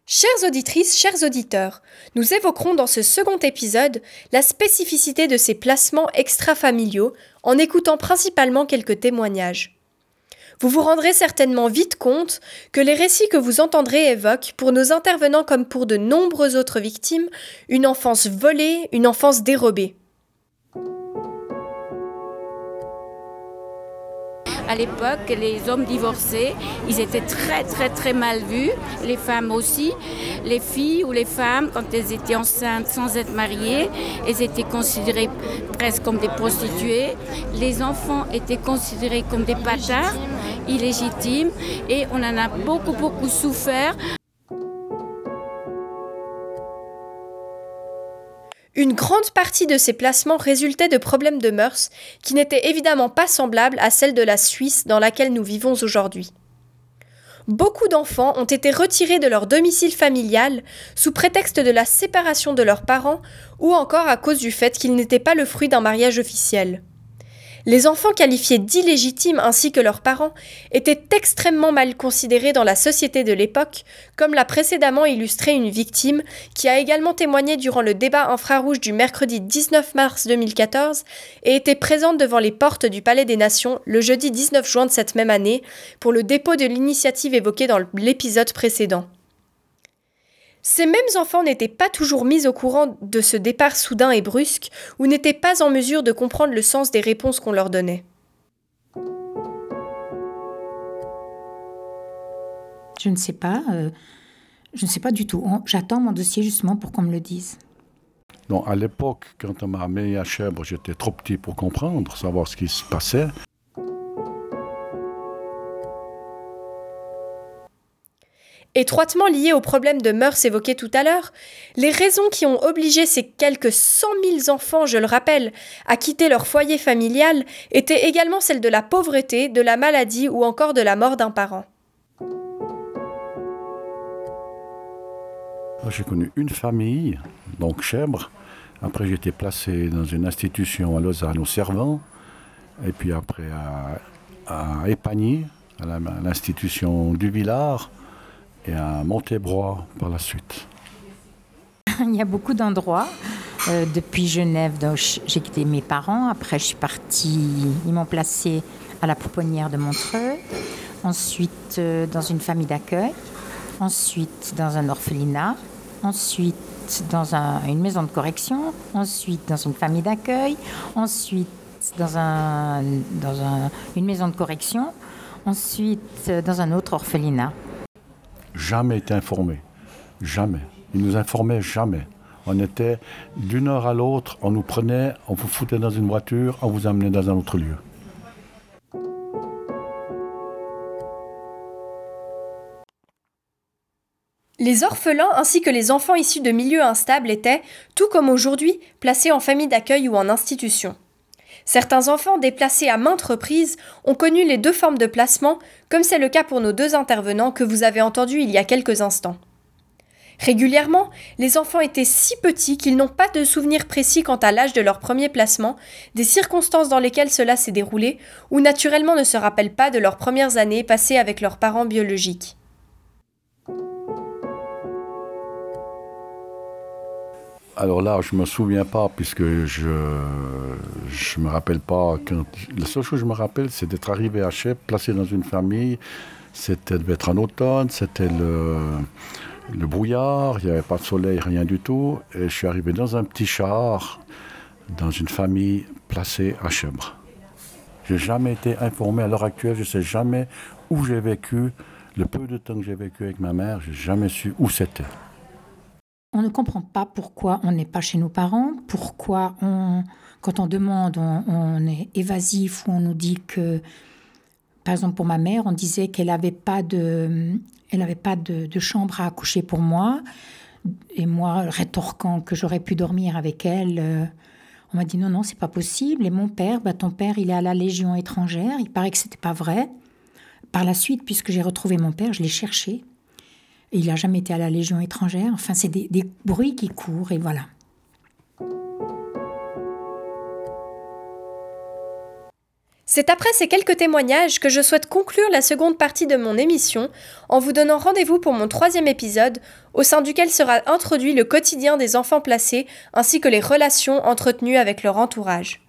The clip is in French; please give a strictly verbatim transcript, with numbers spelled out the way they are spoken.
Chères auditrices, chers auditeurs, nous évoquerons dans ce second épisode la spécificité de ces placements extrafamiliaux en écoutant principalement quelques témoignages. Vous vous rendrez certainement vite compte que les récits que vous entendrez évoquent, pour nos intervenants comme pour de nombreuses autres victimes, une enfance volée, une enfance dérobée. À l'époque, les hommes divorcés, ils étaient très très très mal vus, les femmes aussi. Les filles ou les femmes, quand elles étaient enceintes sans être mariées, elles étaient considérées presque comme des prostituées. Les enfants étaient considérés comme des bâtards, illégitimes, et on en a beaucoup beaucoup souffert. Une grande partie de ces placements résultait de problèmes de mœurs qui n'étaient évidemment pas semblables à celles de la Suisse dans laquelle nous vivons aujourd'hui. Beaucoup d'enfants ont été retirés de leur domicile familial sous prétexte de la séparation de leurs parents ou encore à cause du fait qu'ils n'étaient pas le fruit d'un mariage officiel. Les enfants qualifiés d'illégitimes ainsi que leurs parents étaient extrêmement mal considérés dans la société de l'époque, comme l'a précédemment illustré une victime qui a également témoigné durant le débat infrarouge du mercredi dix-neuf mars deux mille quatorze et était présente devant les portes du Palais des Nations le jeudi dix-neuf juin de cette même année pour le dépôt de l'initiative évoquée dans l'épisode précédent. Ces mêmes enfants n'étaient pas toujours mis au courant de ce départ soudain et brusque ou n'étaient pas en mesure de comprendre le sens des réponses qu'on leur donnait. Je ne sais pas, euh, je ne sais pas du tout. J'attends mon dossier justement pour qu'on me le dise. Non, à l'époque, quand on m'a amené à Chèvre, j'étais trop petit pour comprendre, savoir ce qui se passait. Étroitement liées au problème de mœurs évoqué tout à l'heure, les raisons qui ont obligé ces quelques cent mille enfants, je le rappelle, à quitter leur foyer familial étaient également celles de la pauvreté, de la maladie ou encore de la mort d'un parent. J'ai connu une famille, donc Chèvre. Après, j'ai été placé dans une institution à Lausanne, au Servan. Et puis après, à, à Épagny, à, la, à l'institution du Villard. Et à Montébrois par la suite. Il y a beaucoup d'endroits. Euh, depuis Genève, donc, j'ai quitté mes parents. Après, je suis partie. Ils m'ont placée à la Pouponnière de Montreux. Ensuite, euh, dans une famille d'accueil. Ensuite, dans un orphelinat. Ensuite, dans un, une maison de correction. Ensuite, dans une famille d'accueil. Ensuite, dans, un, dans un, une maison de correction. Ensuite, dans un autre orphelinat. Jamais été informé, jamais. Ils nous informaient jamais. On était d'une heure à l'autre, on nous prenait, on vous foutait dans une voiture, on vous amenait dans un autre lieu. Les orphelins ainsi que les enfants issus de milieux instables étaient, tout comme aujourd'hui, placés en famille d'accueil ou en institution. Certains enfants déplacés à maintes reprises ont connu les deux formes de placement, comme c'est le cas pour nos deux intervenants que vous avez entendus il y a quelques instants. Régulièrement, les enfants étaient si petits qu'ils n'ont pas de souvenir précis quant à l'âge de leur premier placement, des circonstances dans lesquelles cela s'est déroulé, ou naturellement ne se rappellent pas de leurs premières années passées avec leurs parents biologiques. Alors là, je ne me souviens pas, puisque je ne me rappelle pas. Quand, la seule chose que je me rappelle, c'est d'être arrivé à Chèvre, placé dans une famille. C'était devait être en automne, c'était le, le brouillard, il n'y avait pas de soleil, rien du tout. Et je suis arrivé dans un petit char, dans une famille placée à Chèvre. Je n'ai jamais été informé à l'heure actuelle, je ne sais jamais où j'ai vécu. Le peu de temps que j'ai vécu avec ma mère, je n'ai jamais su où c'était. On ne comprend pas pourquoi on n'est pas chez nos parents, pourquoi on, quand on demande, on, on est évasif ou on nous dit que, par exemple pour ma mère, on disait qu'elle n'avait pas, de, elle avait pas de, de chambre à accoucher pour moi. Et moi, rétorquant que j'aurais pu dormir avec elle, euh, on m'a dit non, non, c'est pas possible. Et mon père, bah, ton père, il est à la Légion étrangère. Il paraît que c'était pas vrai. Par la suite, puisque j'ai retrouvé mon père, je l'ai cherché. Et il n'a jamais été à la Légion étrangère. Enfin, c'est des, des bruits qui courent, et voilà. C'est après ces quelques témoignages que je souhaite conclure la seconde partie de mon émission en vous donnant rendez-vous pour mon troisième épisode, au sein duquel sera introduit le quotidien des enfants placés ainsi que les relations entretenues avec leur entourage.